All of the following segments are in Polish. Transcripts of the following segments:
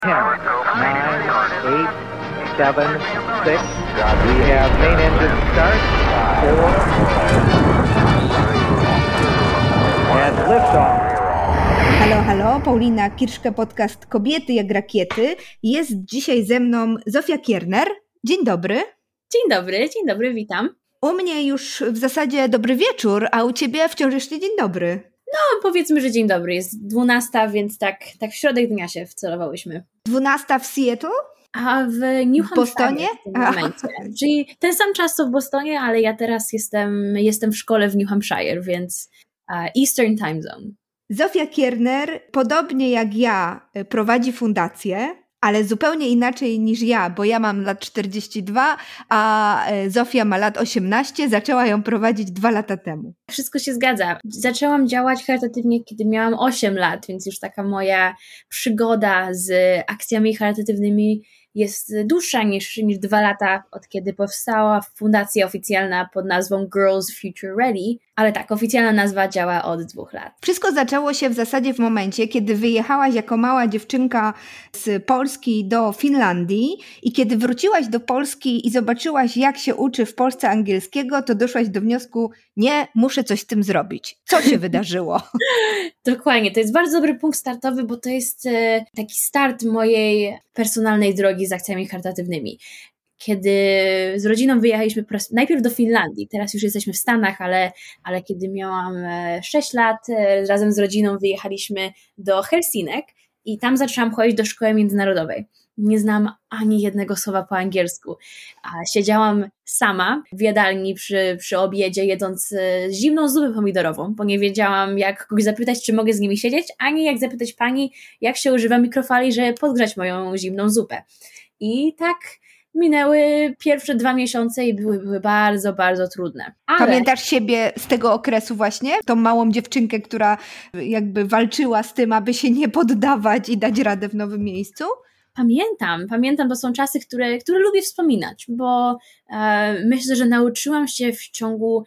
10, 9, 8, 7, 6. We have main engine start. 4. And liftoff. Halo, halo, Paulina Kirszke, podcast Kobiety jak rakiety. Jest dzisiaj ze mną Zofia Kierner. Dzień dobry. Dzień dobry, witam. U mnie już w zasadzie dobry wieczór, a u ciebie wciąż jeszcze dzień dobry. No, powiedzmy, że dzień dobry. Jest 12, więc tak w środek dnia się wcelowałyśmy. 12 w Seattle? A w New Hampshire Bostonie? w tym momencie. Czyli ten sam czas co w Bostonie, ale ja teraz jestem w szkole w New Hampshire, więc Eastern Time Zone. Zofia Kierner, podobnie jak ja, prowadzi fundację, ale zupełnie inaczej niż ja, bo ja mam lat 42, a Zofia ma lat 18, zaczęła ją prowadzić 2 lata temu. Wszystko się zgadza. Zaczęłam działać charytatywnie, kiedy miałam 8 lat, więc już taka moja przygoda z akcjami charytatywnymi jest dłuższa niż 2 lata, od kiedy powstała fundacja oficjalna pod nazwą Girls Future Ready, ale tak, oficjalna nazwa działa od 2 lat. Wszystko zaczęło się w zasadzie w momencie, kiedy wyjechałaś jako mała dziewczynka z Polski do Finlandii i kiedy wróciłaś do Polski i zobaczyłaś, jak się uczy w Polsce angielskiego, to doszłaś do wniosku, nie, muszę coś z tym zrobić. Co się wydarzyło? Dokładnie, to jest bardzo dobry punkt startowy, bo to jest taki start mojej personalnej drogi z akcjami charytatywnymi. Kiedy z rodziną wyjechaliśmy najpierw do Finlandii, teraz już jesteśmy w Stanach, ale kiedy miałam 6 lat, razem z rodziną wyjechaliśmy do Helsinek i tam zaczęłam chodzić do szkoły międzynarodowej. Nie znam ani jednego słowa po angielsku. Siedziałam sama w jadalni przy obiedzie, jedząc zimną zupę pomidorową, bo nie wiedziałam, jak kogoś zapytać, czy mogę z nimi siedzieć, ani jak zapytać pani, jak się używa mikrofali, żeby podgrzać moją zimną zupę. I tak minęły pierwsze 2 miesiące i były bardzo, bardzo trudne. Ale... Pamiętasz siebie z tego okresu właśnie? Tą małą dziewczynkę, która jakby walczyła z tym, aby się nie poddawać i dać radę w nowym miejscu? Pamiętam, to są czasy, które lubię wspominać, bo myślę, że nauczyłam się w ciągu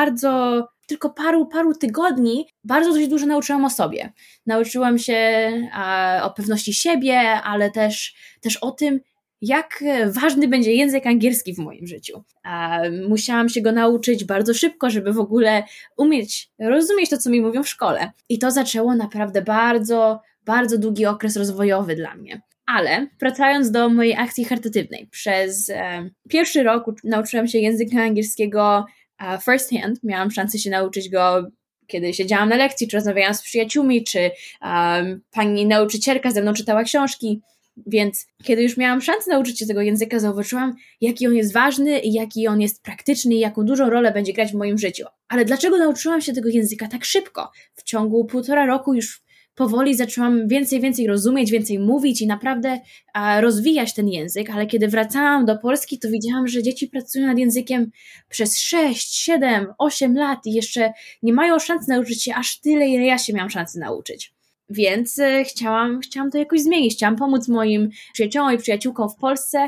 tylko paru tygodni, bardzo dość dużo nauczyłam o sobie. Nauczyłam się o pewności siebie, ale też o tym, jak ważny będzie język angielski w moim życiu. Musiałam się go nauczyć bardzo szybko, żeby w ogóle umieć rozumieć to, co mi mówią w szkole. I to zaczęło naprawdę bardzo, bardzo długi okres rozwojowy dla mnie. Ale wracając do mojej akcji charytatywnej, przez pierwszy rok nauczyłam się języka angielskiego first hand. Miałam szansę się nauczyć go, kiedy siedziałam na lekcji, czy rozmawiałam z przyjaciółmi, czy pani nauczycielka ze mną czytała książki. Więc kiedy już miałam szansę nauczyć się tego języka, zauważyłam, jaki on jest ważny i jaki on jest praktyczny i jaką dużą rolę będzie grać w moim życiu. Ale dlaczego nauczyłam się tego języka tak szybko? W ciągu 1,5 roku już powoli zaczęłam więcej rozumieć, więcej mówić i naprawdę rozwijać ten język, ale kiedy wracałam do Polski, to widziałam, że dzieci pracują nad językiem przez 6, 7, 8 lat i jeszcze nie mają szansy nauczyć się aż tyle, ile ja się miałam szansy nauczyć. Więc chciałam to jakoś zmienić. Chciałam pomóc moim przyjaciołom i przyjaciółkom w Polsce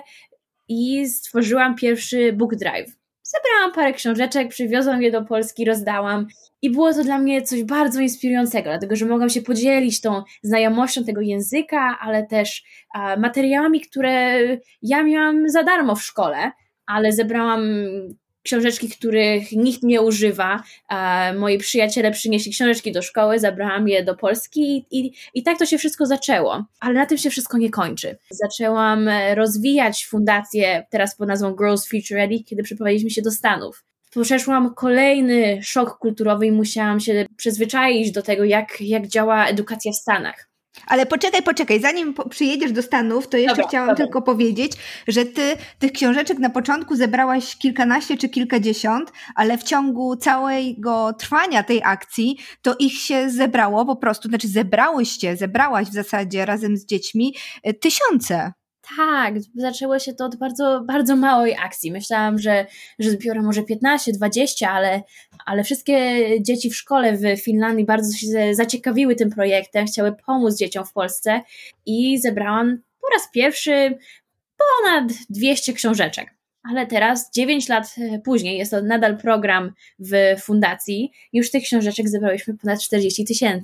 i stworzyłam pierwszy book drive. Zebrałam parę książeczek, przywiozłam je do Polski, rozdałam i było to dla mnie coś bardzo inspirującego, dlatego że mogłam się podzielić tą znajomością tego języka, ale też materiałami, które ja miałam za darmo w szkole, ale zebrałam książeczki, których nikt nie używa. Moi przyjaciele przynieśli książeczki do szkoły, zabrałam je do Polski i tak to się wszystko zaczęło. Ale na tym się wszystko nie kończy. Zaczęłam rozwijać fundację teraz pod nazwą Girls Future Ready, kiedy przeprowadziliśmy się do Stanów. Przeszłam kolejny szok kulturowy i musiałam się przyzwyczaić do tego, jak działa edukacja w Stanach. Ale poczekaj, zanim przyjedziesz do Stanów, to jeszcze chciałam tylko powiedzieć, że ty tych książeczek na początku zebrałaś kilkanaście czy kilkadziesiąt, ale w ciągu całego trwania tej akcji to ich się zebrało po prostu, znaczy zebrałaś w zasadzie razem z dziećmi tysiące. Tak, zaczęło się to od bardzo, bardzo małej akcji. Myślałam, że zbiorę może 15, 20, ale wszystkie dzieci w szkole w Finlandii bardzo się zaciekawiły tym projektem, chciały pomóc dzieciom w Polsce i zebrałam po raz pierwszy ponad 200 książeczek. Ale teraz, 9 lat później, jest to nadal program w fundacji, już tych książeczek zebrałyśmy ponad 40 000.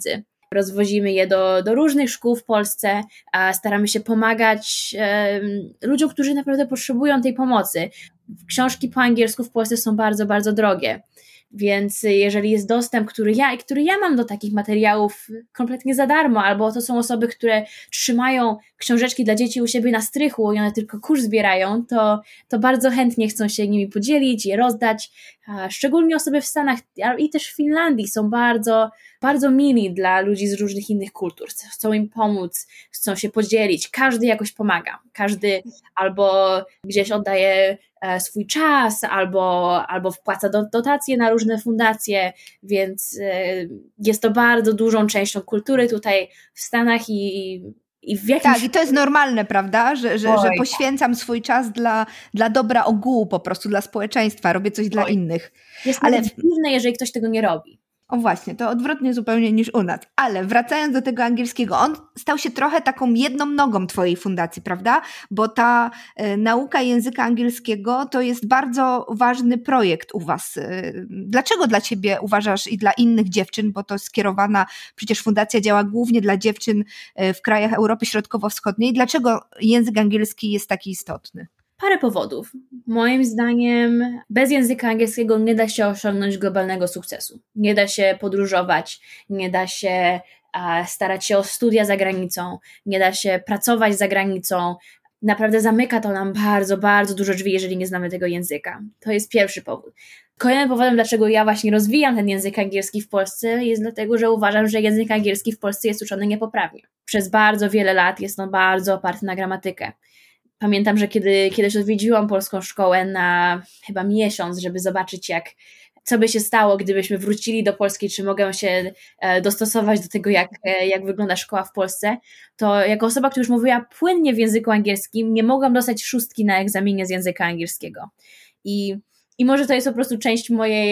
rozwozimy je do różnych szkół w Polsce, staramy się pomagać ludziom, którzy naprawdę potrzebują tej pomocy. Książki po angielsku w Polsce są bardzo, bardzo drogie. Więc jeżeli jest dostęp, który ja mam do takich materiałów kompletnie za darmo, albo to są osoby, które trzymają książeczki dla dzieci u siebie na strychu i one tylko kurz zbierają, to bardzo chętnie chcą się nimi podzielić, je rozdać. Szczególnie osoby w Stanach i też w Finlandii są bardzo, bardzo mili dla ludzi z różnych innych kultur. Chcą im pomóc, chcą się podzielić. Każdy jakoś pomaga. Każdy albo gdzieś oddaje swój czas, albo wpłaca dotacje na różne fundacje, więc jest to bardzo dużą częścią kultury tutaj w Stanach i w jakimś... Tak, i to jest normalne, prawda, że poświęcam swój czas dla dobra ogółu po prostu, dla społeczeństwa, robię coś dla innych. Jest nawet dziwne, jeżeli ktoś tego nie robi. O właśnie, to odwrotnie zupełnie niż u nas. Ale wracając do tego angielskiego, on stał się trochę taką jedną nogą twojej fundacji, prawda? Bo ta nauka języka angielskiego to jest bardzo ważny projekt u was. Dlaczego dla ciebie uważasz i dla innych dziewczyn, bo to skierowana, przecież fundacja działa głównie dla dziewczyn w krajach Europy Środkowo-Wschodniej. Dlaczego język angielski jest taki istotny? Parę powodów. Moim zdaniem bez języka angielskiego nie da się osiągnąć globalnego sukcesu. Nie da się podróżować, nie da się starać się o studia za granicą, nie da się pracować za granicą. Naprawdę zamyka to nam bardzo, bardzo dużo drzwi, jeżeli nie znamy tego języka. To jest pierwszy powód. Kolejnym powodem, dlaczego ja właśnie rozwijam ten język angielski w Polsce, jest dlatego, że uważam, że język angielski w Polsce jest uczony niepoprawnie. Przez bardzo wiele lat jest on bardzo oparty na gramatykę. Pamiętam, że kiedyś odwiedziłam polską szkołę na chyba miesiąc, żeby zobaczyć, co by się stało, gdybyśmy wrócili do Polski, czy mogę się dostosować do tego, jak wygląda szkoła w Polsce, to jako osoba, która już mówiła płynnie w języku angielskim, nie mogłam dostać 6 na egzaminie z języka angielskiego. I może to jest po prostu część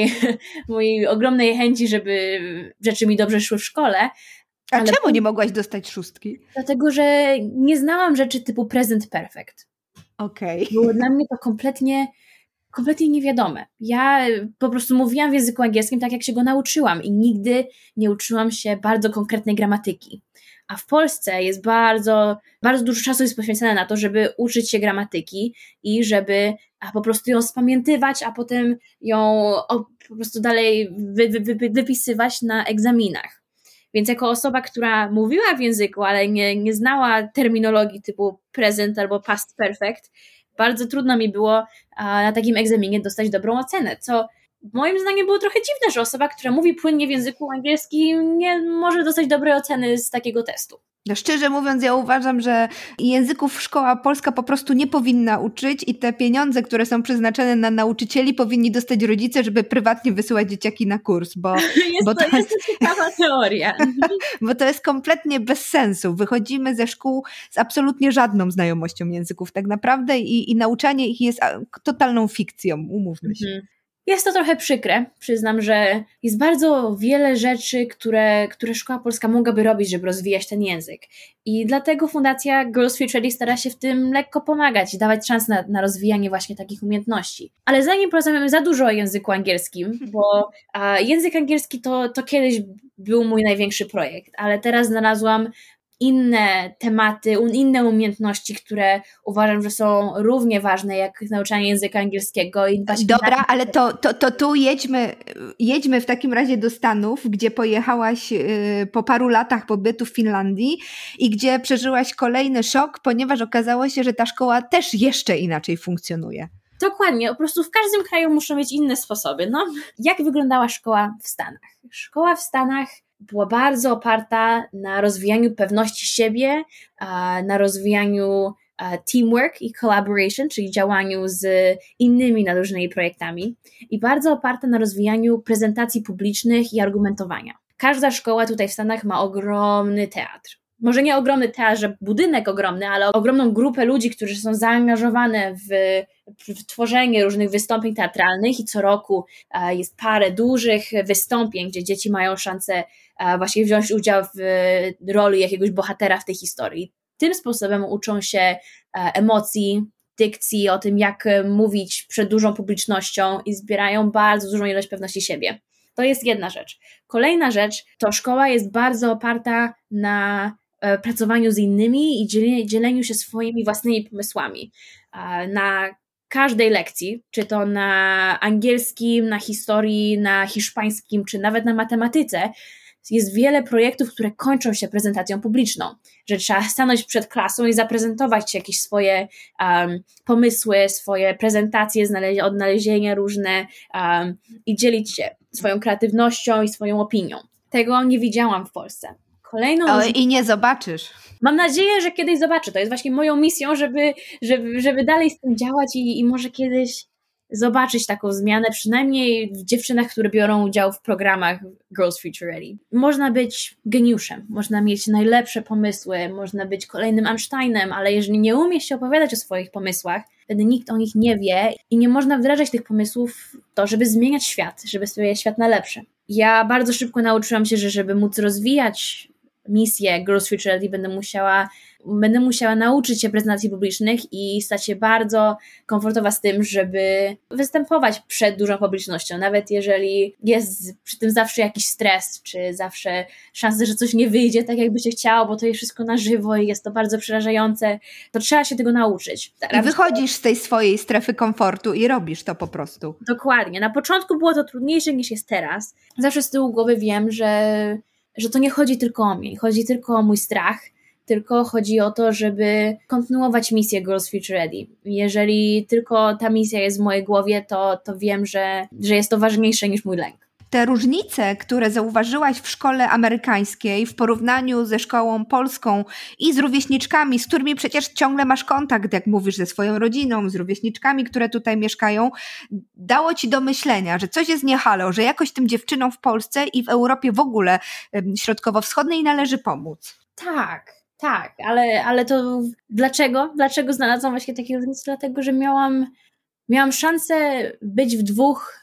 mojej ogromnej chęci, żeby rzeczy mi dobrze szły w szkole. A czemu nie mogłaś dostać 6? Dlatego, że nie znałam rzeczy typu present perfect. Okej. Było dla mnie to kompletnie niewiadome. Ja po prostu mówiłam w języku angielskim tak, jak się go nauczyłam i nigdy nie uczyłam się bardzo konkretnej gramatyki. A w Polsce jest bardzo, bardzo dużo czasu jest poświęcone na to, żeby uczyć się gramatyki i żeby po prostu ją spamiętywać, a potem ją po prostu dalej wypisywać na egzaminach. Więc jako osoba, która mówiła w języku, ale nie znała terminologii typu present albo past perfect, bardzo trudno mi było na takim egzaminie dostać dobrą ocenę, co moim zdaniem było trochę dziwne, że osoba, która mówi płynnie w języku angielskim, nie może dostać dobrej oceny z takiego testu. No szczerze mówiąc, ja uważam, że języków szkoła polska po prostu nie powinna uczyć i te pieniądze, które są przeznaczone na nauczycieli, powinni dostać rodzice, żeby prywatnie wysyłać dzieciaki na kurs, bo jest to ciekawa teoria. Bo to jest kompletnie bez sensu. Wychodzimy ze szkół z absolutnie żadną znajomością języków tak naprawdę i nauczanie ich jest totalną fikcją, umówmy się. Jest to trochę przykre. Przyznam, że jest bardzo wiele rzeczy, które szkoła polska mogłaby robić, żeby rozwijać ten język. I dlatego Fundacja Girls Future Ready stara się w tym lekko pomagać i dawać szansę na rozwijanie właśnie takich umiejętności. Ale zanim porozmawiamy za dużo o języku angielskim, bo język angielski to kiedyś był mój największy projekt, ale teraz znalazłam inne tematy, inne umiejętności, które uważam, że są równie ważne jak nauczanie języka angielskiego. Dobra, ale to tu jedźmy w takim razie do Stanów, gdzie pojechałaś po paru latach pobytu w Finlandii i gdzie przeżyłaś kolejny szok, ponieważ okazało się, że ta szkoła też jeszcze inaczej funkcjonuje. Dokładnie, po prostu w każdym kraju muszą mieć inne sposoby. No, jak wyglądała szkoła w Stanach? Szkoła w Stanach była bardzo oparta na rozwijaniu pewności siebie, na rozwijaniu teamwork i collaboration, czyli działaniu z innymi nad różnymi projektami i bardzo oparta na rozwijaniu prezentacji publicznych i argumentowania. Każda szkoła tutaj w Stanach ma ogromny teatr. Może nie ogromny teatr, że budynek ogromny, ale ogromną grupę ludzi, którzy są zaangażowane w tworzenie różnych wystąpień teatralnych i co roku jest parę dużych wystąpień, gdzie dzieci mają szansę właśnie wziąć udział w roli jakiegoś bohatera w tej historii. Tym sposobem uczą się emocji, dykcji, o tym jak mówić przed dużą publicznością i zbierają bardzo dużą ilość pewności siebie. To jest jedna rzecz. Kolejna rzecz, to szkoła jest bardzo oparta na pracowaniu z innymi i dzieleniu się swoimi własnymi pomysłami. Na każdej lekcji, czy to na angielskim, na historii, na hiszpańskim, czy nawet na matematyce, jest wiele projektów, które kończą się prezentacją publiczną, że trzeba stanąć przed klasą i zaprezentować jakieś swoje pomysły, swoje prezentacje, odnalezienia różne i dzielić się swoją kreatywnością i swoją opinią. Tego nie widziałam w Polsce. I nie zobaczysz. Mam nadzieję, że kiedyś zobaczę. To jest właśnie moją misją, żeby dalej z tym działać i może kiedyś zobaczyć taką zmianę, przynajmniej w dziewczynach, które biorą udział w programach Girls Future Ready. Można być geniuszem, można mieć najlepsze pomysły, można być kolejnym Einsteinem, ale jeżeli nie umie się opowiadać o swoich pomysłach, wtedy nikt o nich nie wie i nie można wdrażać tych pomysłów to, żeby zmieniać świat, żeby sprawiać świat na lepsze. Ja bardzo szybko nauczyłam się, że żeby móc rozwijać misję Girls Future Ready będę musiała nauczyć się prezentacji publicznych i stać się bardzo komfortowa z tym, żeby występować przed dużą publicznością, nawet jeżeli jest przy tym zawsze jakiś stres, czy zawsze szansa, że coś nie wyjdzie tak, jakby się chciało, bo to jest wszystko na żywo i jest to bardzo przerażające, to trzeba się tego nauczyć. I wychodzisz z tej swojej strefy komfortu i robisz to po prostu. Dokładnie. Na początku było to trudniejsze niż jest teraz. Zawsze z tyłu głowy wiem, że to nie chodzi tylko o mnie, chodzi tylko o mój strach, tylko chodzi o to, żeby kontynuować misję Girls Future Ready. Jeżeli tylko ta misja jest w mojej głowie, to wiem, że jest to ważniejsze niż mój lęk. Te różnice, które zauważyłaś w szkole amerykańskiej w porównaniu ze szkołą polską i z rówieśniczkami, z którymi przecież ciągle masz kontakt, jak mówisz, ze swoją rodziną, z rówieśniczkami, które tutaj mieszkają, dało ci do myślenia, że coś jest nie halo, że jakoś tym dziewczynom w Polsce i w Europie w ogóle środkowo-wschodniej należy pomóc. Tak, ale to dlaczego? Dlaczego znalazłam właśnie takie różnice? Dlatego, że miałam szansę być w dwóch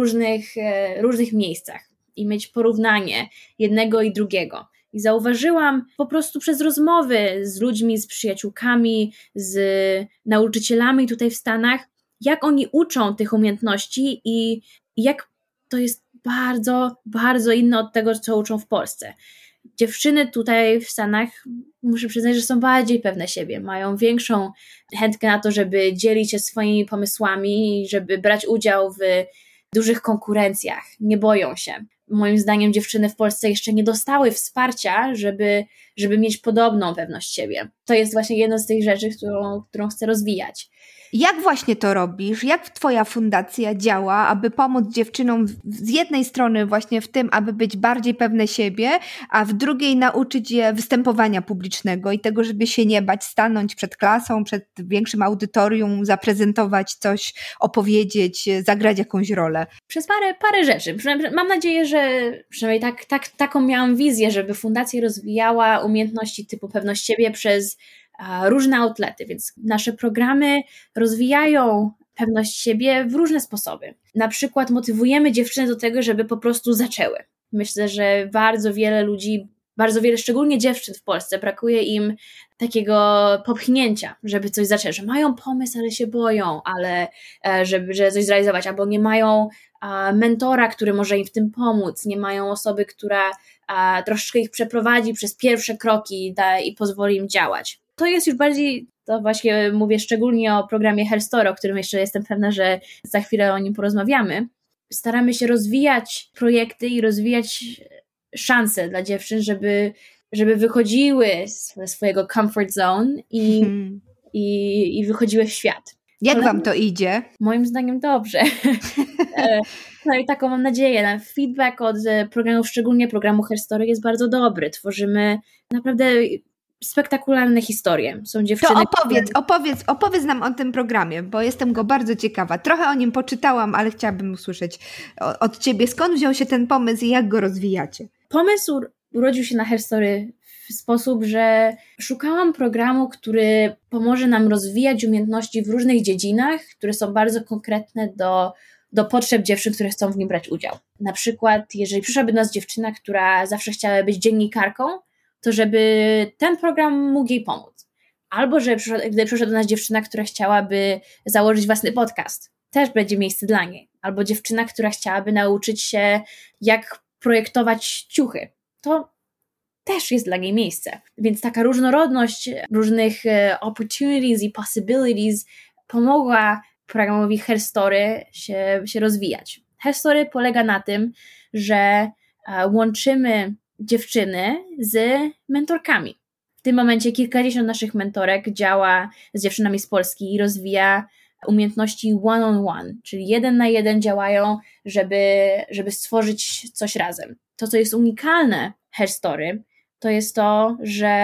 różnych miejscach i mieć porównanie jednego i drugiego. I zauważyłam po prostu przez rozmowy z ludźmi, z przyjaciółkami, z nauczycielami tutaj w Stanach, jak oni uczą tych umiejętności i jak to jest bardzo, bardzo inne od tego, co uczą w Polsce. Dziewczyny tutaj w Stanach, muszę przyznać, że są bardziej pewne siebie, mają większą chętkę na to, żeby dzielić się swoimi pomysłami i żeby brać udział w dużych konkurencjach, nie boją się. Moim zdaniem dziewczyny w Polsce jeszcze nie dostały wsparcia, żeby mieć podobną pewność siebie. To jest właśnie jedna z tych rzeczy, którą chcę rozwijać. Jak właśnie to robisz? Jak twoja fundacja działa, aby pomóc dziewczynom z jednej strony właśnie w tym, aby być bardziej pewne siebie, a w drugiej nauczyć je występowania publicznego i tego, żeby się nie bać, stanąć przed klasą, przed większym audytorium, zaprezentować coś, opowiedzieć, zagrać jakąś rolę? Przez parę rzeczy. Mam nadzieję, że przynajmniej taką miałam wizję, żeby fundacja rozwijała umiejętności typu pewność siebie przez różne outlety, więc nasze programy rozwijają pewność siebie w różne sposoby. Na przykład motywujemy dziewczyny do tego, żeby po prostu zaczęły. Myślę, że bardzo wiele ludzi, szczególnie dziewczyn w Polsce, brakuje im takiego popchnięcia, żeby coś zacząć, że mają pomysł, ale się boją, ale że coś zrealizować, albo nie mają mentora, który może im w tym pomóc, nie mają osoby, która troszeczkę ich przeprowadzi przez pierwsze kroki i pozwoli im działać. To jest już bardziej, to właśnie mówię szczególnie o programie Herstory, o którym jeszcze jestem pewna, że za chwilę o nim porozmawiamy. Staramy się rozwijać projekty i rozwijać szanse dla dziewczyn, żeby wychodziły ze swojego comfort zone i wychodziły w świat. Jak wam to idzie? Moim zdaniem dobrze. No i taką mam nadzieję. Feedback od programów, szczególnie programu Herstory, jest bardzo dobry. Tworzymy naprawdę spektakularne historie. Są dziewczyny, to opowiedz nam o tym programie, bo jestem go bardzo ciekawa. Trochę o nim poczytałam, ale chciałabym usłyszeć od ciebie, skąd wziął się ten pomysł i jak go rozwijacie? Pomysł urodził się na Herstory w sposób, że szukałam programu, który pomoże nam rozwijać umiejętności w różnych dziedzinach, które są bardzo konkretne do potrzeb dziewczyn, które chcą w nim brać udział. Na przykład, jeżeli przyszłaby do nas dziewczyna, która zawsze chciała być dziennikarką, to żeby ten program mógł jej pomóc. Albo gdy przyszła do nas dziewczyna, która chciałaby założyć własny podcast, też będzie miejsce dla niej. albo dziewczyna, która chciałaby nauczyć się, jak projektować ciuchy. To też jest dla niej miejsce. Więc taka różnorodność różnych opportunities i possibilities pomogła programowi Herstory się rozwijać. Herstory polega na tym, że łączymy dziewczyny z mentorkami. W tym momencie kilkadziesiąt naszych mentorek działa z dziewczynami z Polski i rozwija umiejętności one-on-one, czyli 1 na 1 działają, żeby stworzyć coś razem. To, co jest unikalne Herstory, to jest to, że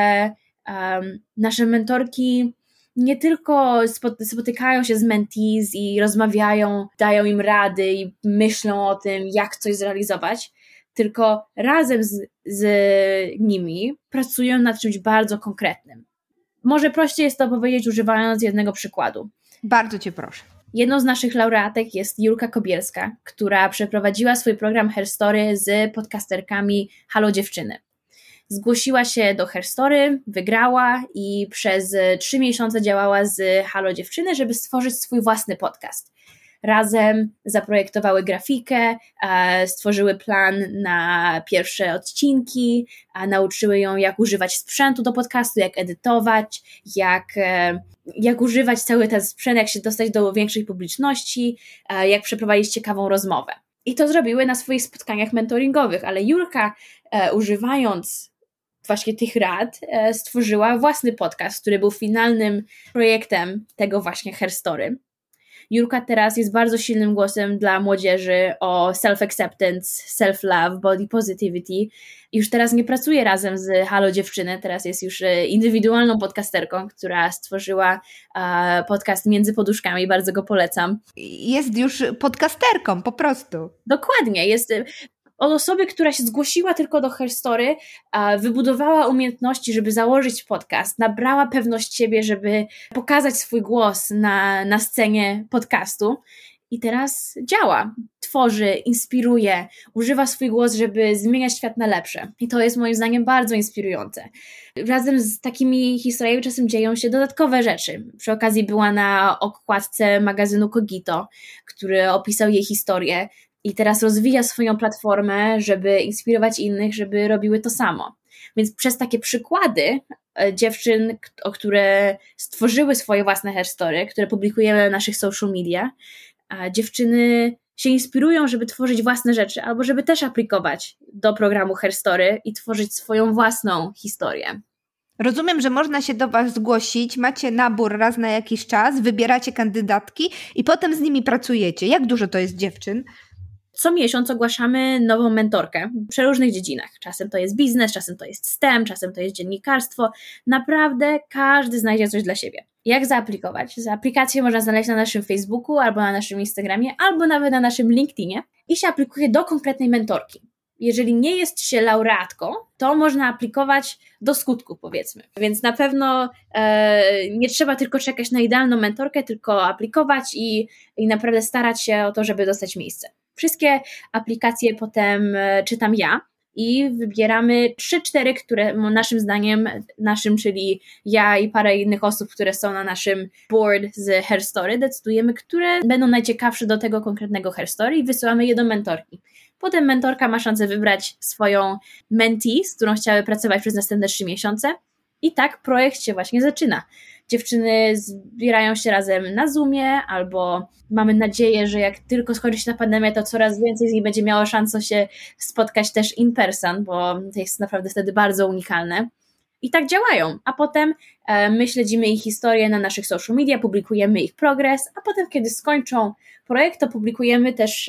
nasze mentorki nie tylko spotykają się z mentees i rozmawiają, dają im rady i myślą o tym, jak coś zrealizować, tylko razem z nimi pracują nad czymś bardzo konkretnym. Może prościej jest to powiedzieć, używając jednego przykładu. Bardzo Cię proszę. Jedną z naszych laureatek jest Julka Kobielska, która przeprowadziła swój program Herstory z podcasterkami Halo Dziewczyny. Zgłosiła się do Herstory, wygrała i przez 3 miesiące działała z Halo Dziewczyny, żeby stworzyć swój własny podcast. Razem zaprojektowały grafikę, stworzyły plan na pierwsze odcinki, nauczyły ją, jak używać sprzętu do podcastu, jak edytować, jak używać cały ten sprzęt, jak się dostać do większej publiczności, jak przeprowadzić ciekawą rozmowę. I to zrobiły na swoich spotkaniach mentoringowych, ale Julka, używając właśnie tych rad, stworzyła własny podcast, który był finalnym projektem tego właśnie Herstory. Julka teraz jest bardzo silnym głosem dla młodzieży o self-acceptance, self-love, body positivity. Już teraz nie pracuje razem z Halo Dziewczyny, teraz jest już indywidualną podcasterką, która stworzyła podcast Między Poduszkami, bardzo go polecam. Jest już podcasterką, po prostu. Dokładnie, jest od osoby, która się zgłosiła tylko do Herstory, wybudowała umiejętności, żeby założyć podcast, nabrała pewność siebie, żeby pokazać swój głos na scenie podcastu i teraz działa, tworzy, inspiruje, używa swój głos, żeby zmieniać świat na lepsze. I to jest moim zdaniem bardzo inspirujące. Razem z takimi historiami czasem dzieją się dodatkowe rzeczy. Przy okazji była na okładce magazynu Kogito, który opisał jej historię, i teraz rozwija swoją platformę, żeby inspirować innych, żeby robiły to samo. Więc przez takie przykłady dziewczyn, które stworzyły swoje własne Herstory, które publikujemy na naszych social media, dziewczyny się inspirują, żeby tworzyć własne rzeczy, albo żeby też aplikować do programu Herstory i tworzyć swoją własną historię. Rozumiem, że można się do Was zgłosić, macie nabór raz na jakiś czas, wybieracie kandydatki i potem z nimi pracujecie. Jak dużo to jest dziewczyn? Co miesiąc ogłaszamy nową mentorkę w przeróżnych dziedzinach. Czasem to jest biznes, czasem to jest STEM, czasem to jest dziennikarstwo. Naprawdę każdy znajdzie coś dla siebie. Jak zaaplikować? Aplikację można znaleźć na naszym Facebooku, albo na naszym Instagramie, albo nawet na naszym LinkedInie i się aplikuje do konkretnej mentorki. Jeżeli nie jest się laureatką, to można aplikować do skutku, powiedzmy. Więc na pewno nie trzeba tylko czekać na idealną mentorkę, tylko aplikować i naprawdę starać się o to, żeby dostać miejsce. Wszystkie aplikacje potem czytam ja i wybieramy 3-4, które naszym zdaniem, czyli ja i parę innych osób, które są na naszym board z Herstory, decydujemy, które będą najciekawsze do tego konkretnego Herstory i wysyłamy je do mentorki. Potem mentorka ma szansę wybrać swoją mentee, z którą chciały pracować przez następne 3 miesiące i tak projekt się właśnie zaczyna. Dziewczyny zbierają się razem na Zoomie, albo mamy nadzieję, że jak tylko skończy się ta pandemia, to coraz więcej z nich będzie miało szansę się spotkać też in person, bo to jest naprawdę wtedy bardzo unikalne. I tak działają, a potem my śledzimy ich historię na naszych social media, publikujemy ich progres, a potem kiedy skończą projekt, to publikujemy też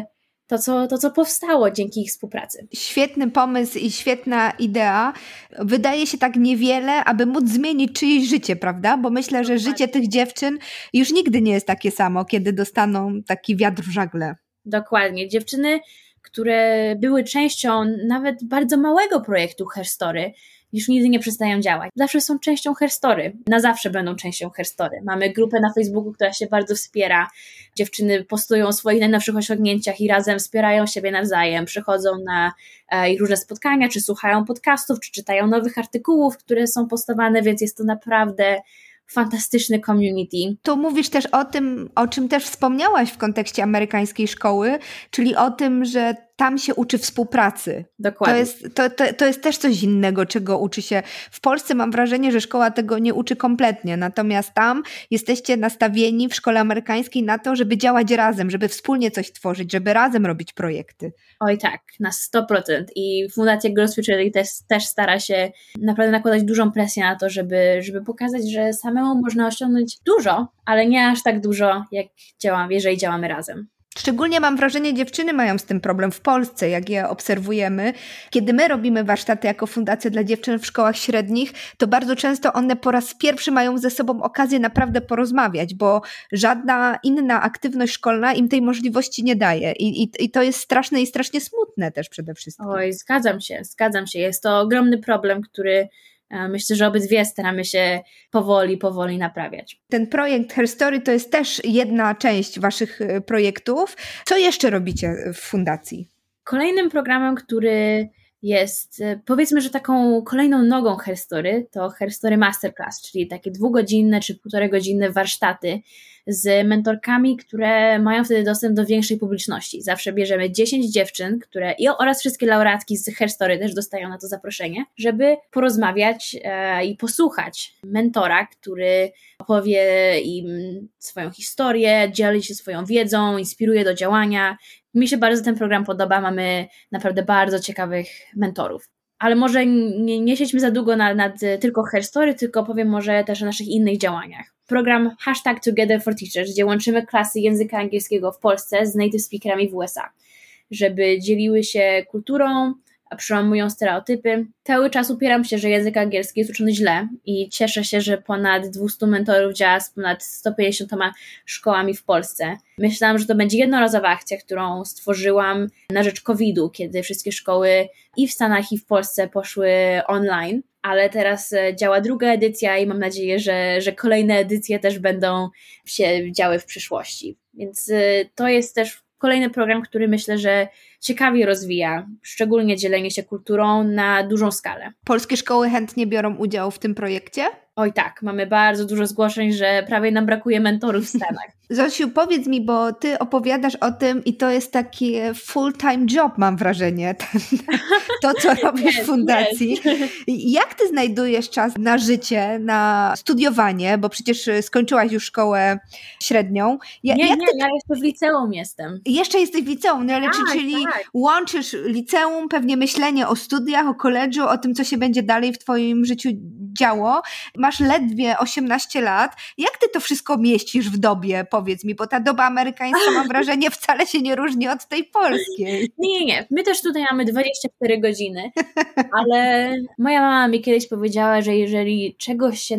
to, co powstało dzięki ich współpracy. Świetny pomysł i świetna idea. Wydaje się tak niewiele, aby móc zmienić czyjeś życie, prawda? Bo myślę, że życie tych dziewczyn już nigdy nie jest takie samo, kiedy dostaną taki wiatr w żagle. Dokładnie. Dziewczyny, które były częścią nawet bardzo małego projektu Herstory, już nigdy nie przestają działać. Zawsze są częścią Herstory. Na zawsze będą częścią Herstory. Mamy grupę na Facebooku, która się bardzo wspiera. Dziewczyny postują o swoich najnowszych osiągnięciach i razem wspierają siebie nawzajem. Przychodzą na ich różne spotkania, czy słuchają podcastów, czy czytają nowych artykułów, które są postowane, więc jest to naprawdę fantastyczny community. Tu mówisz też o tym, o czym też wspomniałaś w kontekście amerykańskiej szkoły, czyli o tym, że tam się uczy współpracy. Dokładnie. To jest też coś innego, czego uczy się. W Polsce mam wrażenie, że szkoła tego nie uczy kompletnie, natomiast tam jesteście nastawieni w szkole amerykańskiej na to, żeby działać razem, żeby wspólnie coś tworzyć, żeby razem robić projekty. Oj tak, na 100%. I Fundacja Girls Future League też stara się naprawdę nakładać dużą presję na to, żeby pokazać, że samemu można osiągnąć dużo, ale nie aż tak dużo, jeżeli działamy razem. Szczególnie mam wrażenie, dziewczyny mają z tym problem w Polsce, jak je obserwujemy. Kiedy my robimy warsztaty jako Fundacja dla Dziewczyn w szkołach średnich, to bardzo często one po raz pierwszy mają ze sobą okazję naprawdę porozmawiać, bo żadna inna aktywność szkolna im tej możliwości nie daje. I to jest straszne i strasznie smutne też przede wszystkim. Oj, zgadzam się. Jest to ogromny problem, który myślę, że obydwie staramy się powoli naprawiać. Ten projekt Her Story to jest też jedna część waszych projektów. Co jeszcze robicie w fundacji? Kolejnym programem, który jest, powiedzmy, że taką kolejną nogą Her Story, to Her Story Masterclass, czyli takie 2-godzinne czy 1,5-godzinne warsztaty z mentorkami, które mają wtedy dostęp do większej publiczności. Zawsze bierzemy 10 dziewczyn, oraz wszystkie laureatki z Her Story też dostają na to zaproszenie, żeby porozmawiać i posłuchać mentora, który opowie im swoją historię, dzieli się swoją wiedzą, inspiruje do działania. Mi się bardzo ten program podoba, mamy naprawdę bardzo ciekawych mentorów. Ale może nie siedźmy za długo nad tylko Her Story, tylko powiem może też o naszych innych działaniach. Program #Together4Teachers, gdzie łączymy klasy języka angielskiego w Polsce z native speakerami w USA, żeby dzieliły się kulturą, przełamują stereotypy. Cały czas upieram się, że język angielski jest uczony źle i cieszę się, że ponad 200 mentorów działa z ponad 150 szkołami w Polsce. Myślałam, że to będzie jednorazowa akcja, którą stworzyłam na rzecz COVID-u, kiedy wszystkie szkoły i w Stanach, i w Polsce poszły online, ale teraz działa druga edycja i mam nadzieję, że kolejne edycje też będą się działy w przyszłości. Więc to jest też kolejny program, który myślę, że ciekawie rozwija, szczególnie dzielenie się kulturą na dużą skalę. Polskie szkoły chętnie biorą udział w tym projekcie? Oj tak, mamy bardzo dużo zgłoszeń, że prawie nam brakuje mentorów w Stanach. Zosiu, powiedz mi, bo ty opowiadasz o tym i to jest taki full-time job, mam wrażenie, to co robisz w fundacji. Jak ty znajdujesz czas na życie, na studiowanie, bo przecież skończyłaś już szkołę średnią. Ja jeszcze w liceum jestem. Jeszcze jesteś w liceum, no ale tak, czyli tak. Łączysz liceum, pewnie myślenie o studiach, o koledżu, o tym, co się będzie dalej w twoim życiu działo. Masz ledwie 18 lat. Jak ty to wszystko mieścisz w dobie, powiedz mi, bo ta doba amerykańska, mam wrażenie, wcale się nie różni od tej polskiej. Nie. My też tutaj mamy 24 godziny, ale moja mama mi kiedyś powiedziała, że jeżeli czegoś się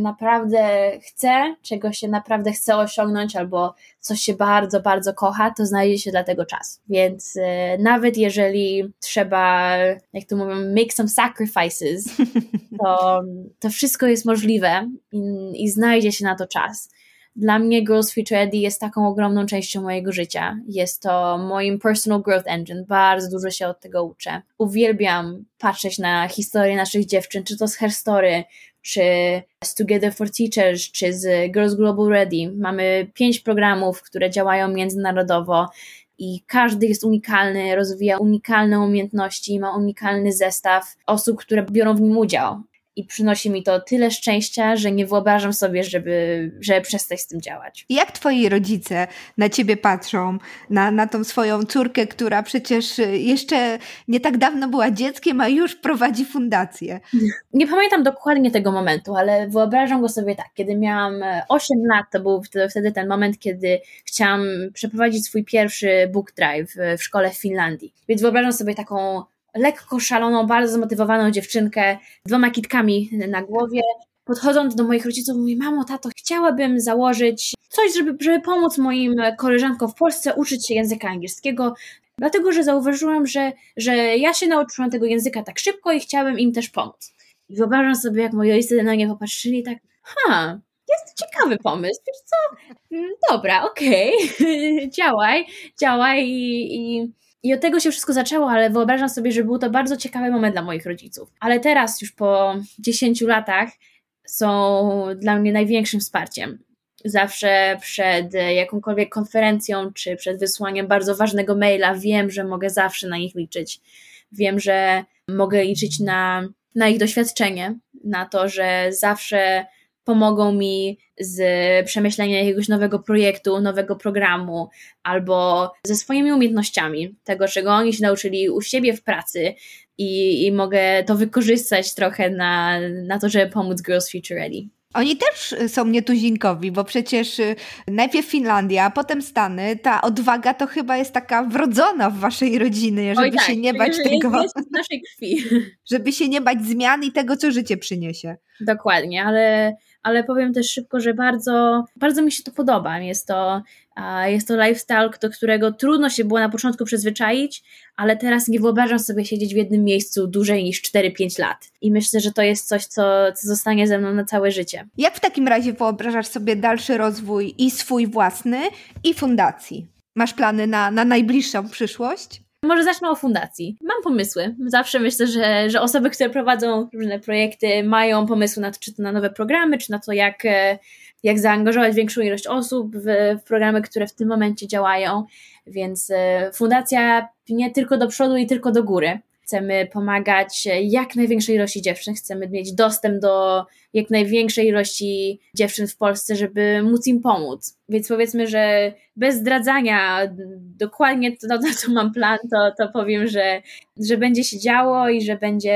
naprawdę chce osiągnąć albo coś się bardzo, bardzo kocha, to znajdzie się dla tego czas. Więc nawet jeżeli trzeba, jak to mówią, make some sacrifices, to wszystko jest możliwe i znajdzie się na to czas. Dla mnie Girls Future Ready jest taką ogromną częścią mojego życia. Jest to moim personal growth engine. Bardzo dużo się od tego uczę. Uwielbiam patrzeć na historię naszych dziewczyn, czy to z Her Story, czy z Together for Teachers, czy z Girls Global Ready. Mamy 5 programów, które działają międzynarodowo i każdy jest unikalny, rozwija unikalne umiejętności, ma unikalny zestaw osób, które biorą w nim udział. I przynosi mi to tyle szczęścia, że nie wyobrażam sobie, żeby przestać z tym działać. Jak twoi rodzice na ciebie patrzą, na tą swoją córkę, która przecież jeszcze nie tak dawno była dzieckiem, a już prowadzi fundację? Nie pamiętam dokładnie tego momentu, ale wyobrażam go sobie tak. Kiedy miałam 8 lat, to był wtedy ten moment, kiedy chciałam przeprowadzić swój pierwszy book drive w szkole w Finlandii. Więc wyobrażam sobie taką lekko szaloną, bardzo zmotywowaną dziewczynkę, 2 kitkami na głowie, podchodząc do moich rodziców, mówi: mamo, tato, chciałabym założyć coś, żeby pomóc moim koleżankom w Polsce uczyć się języka angielskiego, dlatego, że zauważyłam, że ja się nauczyłam tego języka tak szybko i chciałabym im też pomóc. I wyobrażam sobie, jak moi rodzice na mnie popatrzyli tak: jest to ciekawy pomysł, wiesz co, dobra, okej, działaj i od tego się wszystko zaczęło, ale wyobrażam sobie, że był to bardzo ciekawy moment dla moich rodziców. Ale teraz już po 10 latach są dla mnie największym wsparciem. Zawsze przed jakąkolwiek konferencją, czy przed wysłaniem bardzo ważnego maila wiem, że mogę zawsze na nich liczyć. Wiem, że mogę liczyć na ich doświadczenie, na to, że zawsze pomogą mi z przemyśleniem jakiegoś nowego projektu, nowego programu, albo ze swoimi umiejętnościami, tego, czego oni się nauczyli u siebie w pracy i mogę to wykorzystać trochę na to, żeby pomóc Girls Future Ready. Oni też są nietuzinkowi, bo przecież najpierw Finlandia, potem Stany. Ta odwaga to chyba jest taka wrodzona w waszej rodzinie, żeby się nie bać tego. Jest w naszej krwi. Żeby się nie bać zmian i tego, co życie przyniesie. Dokładnie, ale powiem też szybko, że bardzo, bardzo mi się to podoba. Jest to lifestyle, do którego trudno się było na początku przyzwyczaić, ale teraz nie wyobrażam sobie siedzieć w jednym miejscu dłużej niż 4-5 lat. I myślę, że to jest coś, co zostanie ze mną na całe życie. Jak w takim razie wyobrażasz sobie dalszy rozwój i swój własny, i fundacji? Masz plany na najbliższą przyszłość? Może zacznę o fundacji. Mam pomysły. Zawsze myślę, że osoby, które prowadzą różne projekty, mają pomysły na to, czy to na nowe programy, czy na to, jak zaangażować większą ilość osób w programy, które w tym momencie działają. Więc fundacja nie tylko do przodu i tylko do góry. Chcemy pomagać jak największej ilości dziewczyn, chcemy mieć dostęp do jak największej ilości dziewczyn w Polsce, żeby móc im pomóc. Więc powiedzmy, że bez zdradzania dokładnie na co mam plan, to powiem, że będzie się działo i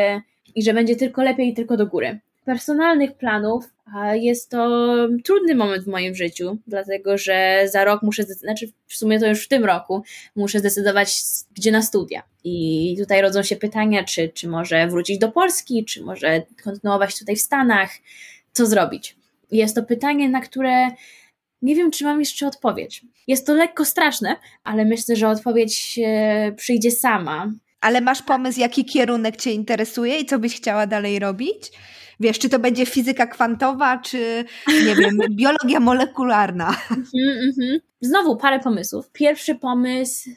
że będzie tylko lepiej i tylko do góry. Personalnych planów jest to trudny moment w moim życiu, dlatego że za rok w sumie to już w tym roku muszę zdecydować, gdzie na studia. I tutaj rodzą się pytania, czy może wrócić do Polski, czy może kontynuować tutaj w Stanach, co zrobić. Jest to pytanie, na które nie wiem, czy mam jeszcze odpowiedź. Jest to lekko straszne, ale myślę, że odpowiedź przyjdzie sama. Ale masz pomysł, jaki kierunek cię interesuje i co byś chciała dalej robić? Wiesz, czy to będzie fizyka kwantowa, czy nie wiem, biologia molekularna? Znowu parę pomysłów. Pierwszy pomysł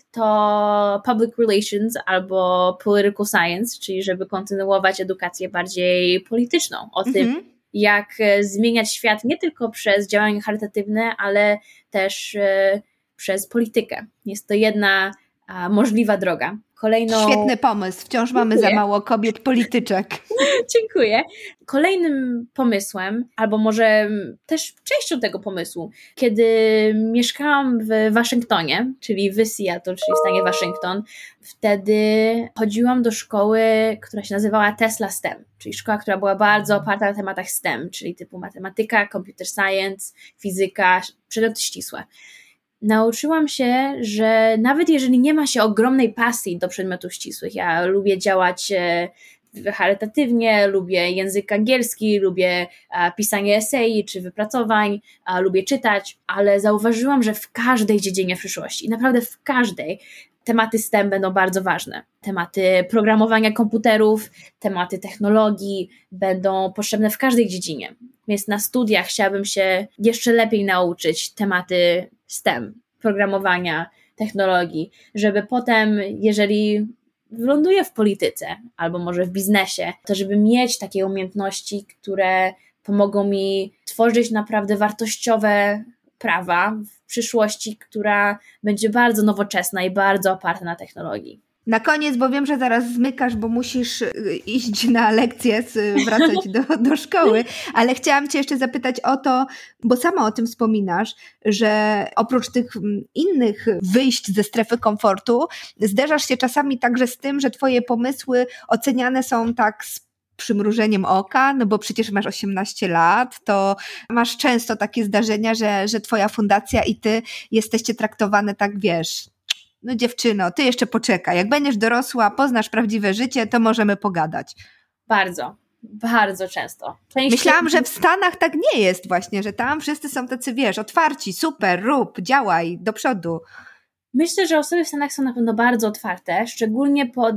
to public relations albo political science, czyli żeby kontynuować edukację bardziej polityczną o tym, jak zmieniać świat nie tylko przez działania charytatywne, ale też przez politykę. Jest to jedna możliwa droga. Świetny pomysł. Wciąż mamy za mało kobiet polityczek. Dziękuję. Kolejnym pomysłem, albo może też częścią tego pomysłu, kiedy mieszkałam w Waszyngtonie, czyli w Seattle, czyli w stanie Waszyngton, wtedy chodziłam do szkoły, która się nazywała Tesla STEM, czyli szkoła, która była bardzo oparta na tematach STEM, czyli typu matematyka, computer science, fizyka, przedmioty ścisłe. Nauczyłam się, że nawet jeżeli nie ma się ogromnej pasji do przedmiotów ścisłych, ja lubię działać charytatywnie, lubię język angielski, lubię pisanie esei czy wypracowań, lubię czytać, ale zauważyłam, że w każdej dziedzinie przyszłości, naprawdę w każdej, tematy STEM będą bardzo ważne. Tematy programowania komputerów, tematy technologii będą potrzebne w każdej dziedzinie. Więc na studiach chciałabym się jeszcze lepiej nauczyć tematy STEM, programowania, technologii, żeby potem, jeżeli wyląduję w polityce albo może w biznesie, to żeby mieć takie umiejętności, które pomogą mi tworzyć naprawdę wartościowe prawa w przyszłości, która będzie bardzo nowoczesna i bardzo oparta na technologii. Na koniec, bo wiem, że zaraz zmykasz, bo musisz iść na lekcje, wracać do szkoły, ale chciałam cię jeszcze zapytać o to, bo sama o tym wspominasz, że oprócz tych innych wyjść ze strefy komfortu, zderzasz się czasami także z tym, że twoje pomysły oceniane są tak z przymrużeniem oka, no bo przecież masz 18 lat, to masz często takie zdarzenia, że twoja fundacja i ty jesteście traktowane tak, wiesz, no dziewczyno, ty jeszcze poczekaj, jak będziesz dorosła, poznasz prawdziwe życie, to możemy pogadać. Bardzo, bardzo często. Myślałam, że w Stanach tak nie jest właśnie, że tam wszyscy są tacy, wiesz, otwarci, super, rób, działaj, do przodu. Myślę, że osoby w Stanach są na pewno bardzo otwarte, szczególnie pod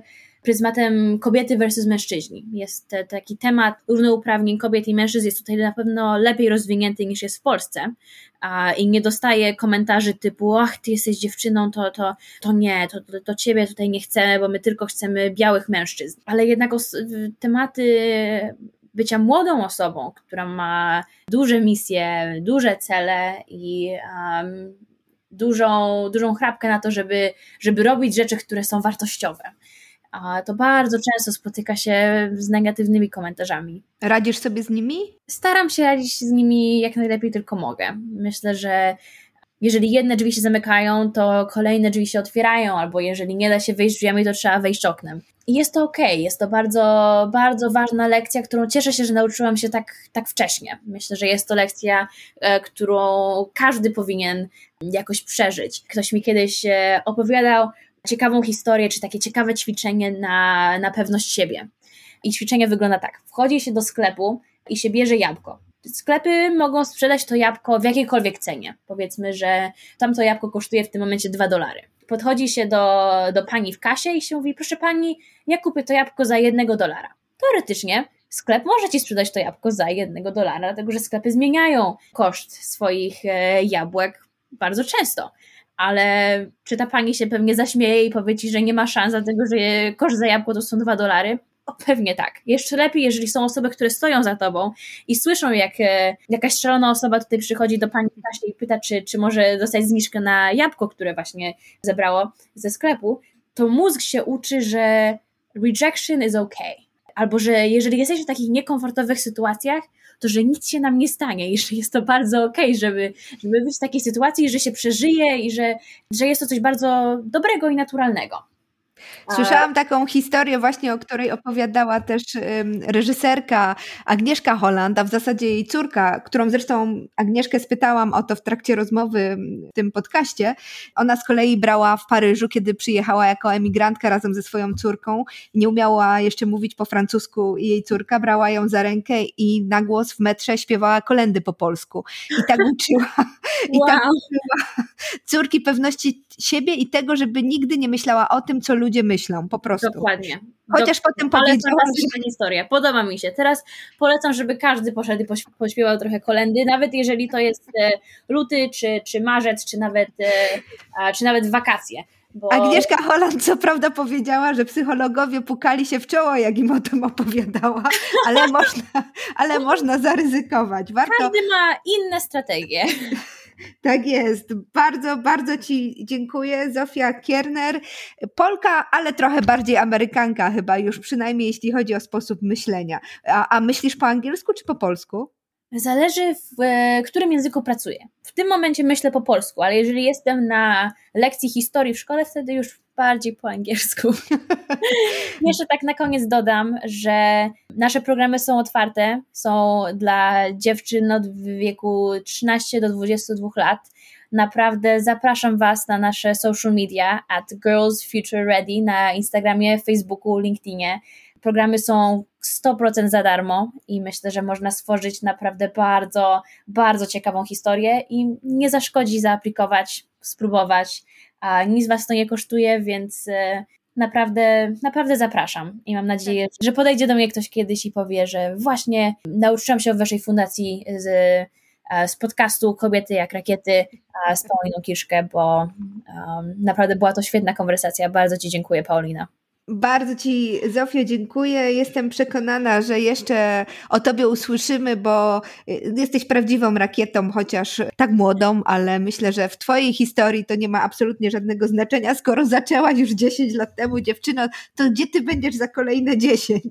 pryzmatem kobiety versus mężczyźni. Jest taki temat równouprawnień kobiet i mężczyzn jest tutaj na pewno lepiej rozwinięty niż jest w Polsce i nie dostaję komentarzy typu ach, ty jesteś dziewczyną, to nie, to ciebie tutaj nie chcemy, bo my tylko chcemy białych mężczyzn. Ale jednak tematy bycia młodą osobą, która ma duże misje, duże cele i dużą chrapkę na to, żeby robić rzeczy, które są wartościowe. A to bardzo często spotyka się z negatywnymi komentarzami. Radzisz sobie z nimi? Staram się radzić z nimi jak najlepiej tylko mogę. Myślę, że jeżeli jedne drzwi się zamykają, to kolejne drzwi się otwierają, albo jeżeli nie da się wyjść drzwiami, to trzeba wejść oknem. I jest to okej, jest to bardzo, bardzo ważna lekcja, którą cieszę się, że nauczyłam się tak wcześnie. Myślę, że jest to lekcja, którą każdy powinien jakoś przeżyć. Ktoś mi kiedyś opowiadał ciekawą historię, czy takie ciekawe ćwiczenie na pewność siebie. I ćwiczenie wygląda tak. Wchodzi się do sklepu i się bierze jabłko. Sklepy mogą sprzedać to jabłko w jakiejkolwiek cenie. Powiedzmy, że tamto jabłko kosztuje w tym momencie $2. Podchodzi się do pani w kasie i się mówi, proszę pani, ja kupię to jabłko za $1. Teoretycznie sklep może ci sprzedać to jabłko za $1, dlatego że sklepy zmieniają koszt swoich jabłek bardzo często. Ale czy ta pani się pewnie zaśmieje i powie ci, że nie ma szans, dlatego że koszt za jabłko to są $2? O, pewnie tak. Jeszcze lepiej, jeżeli są osoby, które stoją za tobą i słyszą, jak jakaś szalona osoba tutaj przychodzi do pani w kasie i pyta, czy może dostać zniżkę na jabłko, które właśnie zebrało ze sklepu, to mózg się uczy, że rejection is okay. Albo że jeżeli jesteśmy w takich niekomfortowych sytuacjach, to że nic się nam nie stanie i że jest to bardzo okej, żeby być w takiej sytuacji, że się przeżyje i że jest to coś bardzo dobrego i naturalnego. Słyszałam taką historię właśnie, o której opowiadała też reżyserka Agnieszka Holland, a w zasadzie jej córka, którą zresztą Agnieszkę spytałam o to w trakcie rozmowy w tym podcaście. Ona z kolei brała w Paryżu, kiedy przyjechała jako emigrantka razem ze swoją córką. Nie umiała jeszcze mówić po francusku i jej córka brała ją za rękę i na głos w metrze śpiewała kolędy po polsku. I tak uczyła, tak uczyła córki pewności siebie i tego, żeby nigdy nie myślała o tym, co ludzie myślą, po prostu. Dokładnie. Chociaż potem powiedziała, że historia. Podoba mi się. Teraz polecam, żeby każdy poszedł i pośpiewał trochę kolędy, nawet jeżeli to jest luty, czy marzec, czy nawet wakacje. Bo... Agnieszka Holland co prawda powiedziała, że psychologowie pukali się w czoło, jak im o tym opowiadała, ale można zaryzykować. Każdy ma inne strategie. Tak jest. Bardzo, bardzo Ci dziękuję. Zofia Kierner, Polka, ale trochę bardziej Amerykanka chyba już, przynajmniej jeśli chodzi o sposób myślenia. A myślisz po angielsku czy po polsku? Zależy w którym języku pracuję. W tym momencie myślę po polsku, ale jeżeli jestem na lekcji historii w szkole, wtedy już bardziej po angielsku. Jeszcze tak na koniec dodam, że nasze programy są otwarte, są dla dziewczyn od wieku 13 do 22 lat. Naprawdę zapraszam Was na nasze social media @girlsfutureready na Instagramie, Facebooku, LinkedInie. Programy są 100% za darmo i myślę, że można stworzyć naprawdę bardzo, bardzo ciekawą historię i nie zaszkodzi zaaplikować, spróbować. Nic Was to nie kosztuje, więc naprawdę zapraszam i mam nadzieję, że podejdzie do mnie ktoś kiedyś i powie, że właśnie nauczyłam się o Waszej fundacji z podcastu Kobiety jak rakiety z Pauliną Kiszkę, bo naprawdę była to świetna konwersacja. Bardzo Ci dziękuję, Paulina. Bardzo Ci, Zofio, dziękuję. Jestem przekonana, że jeszcze o Tobie usłyszymy, bo jesteś prawdziwą rakietą, chociaż tak młodą, ale myślę, że w Twojej historii to nie ma absolutnie żadnego znaczenia. Skoro zaczęłaś już 10 lat temu, dziewczyno, to gdzie Ty będziesz za kolejne 10?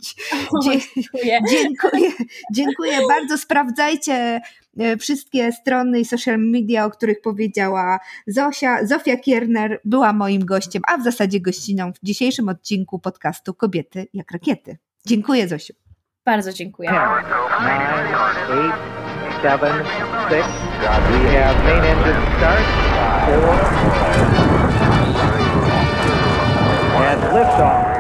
Dziękuję bardzo. Sprawdzajcie wszystkie strony i social media, o których powiedziała Zofia Kierner była moim gościem, a w zasadzie gościną w dzisiejszym odcinku podcastu Kobiety jak rakiety. Dziękuję, Zosiu. Bardzo dziękuję. 10, 9, 8, 7, 6. We have main engine start. 4. And liftoff.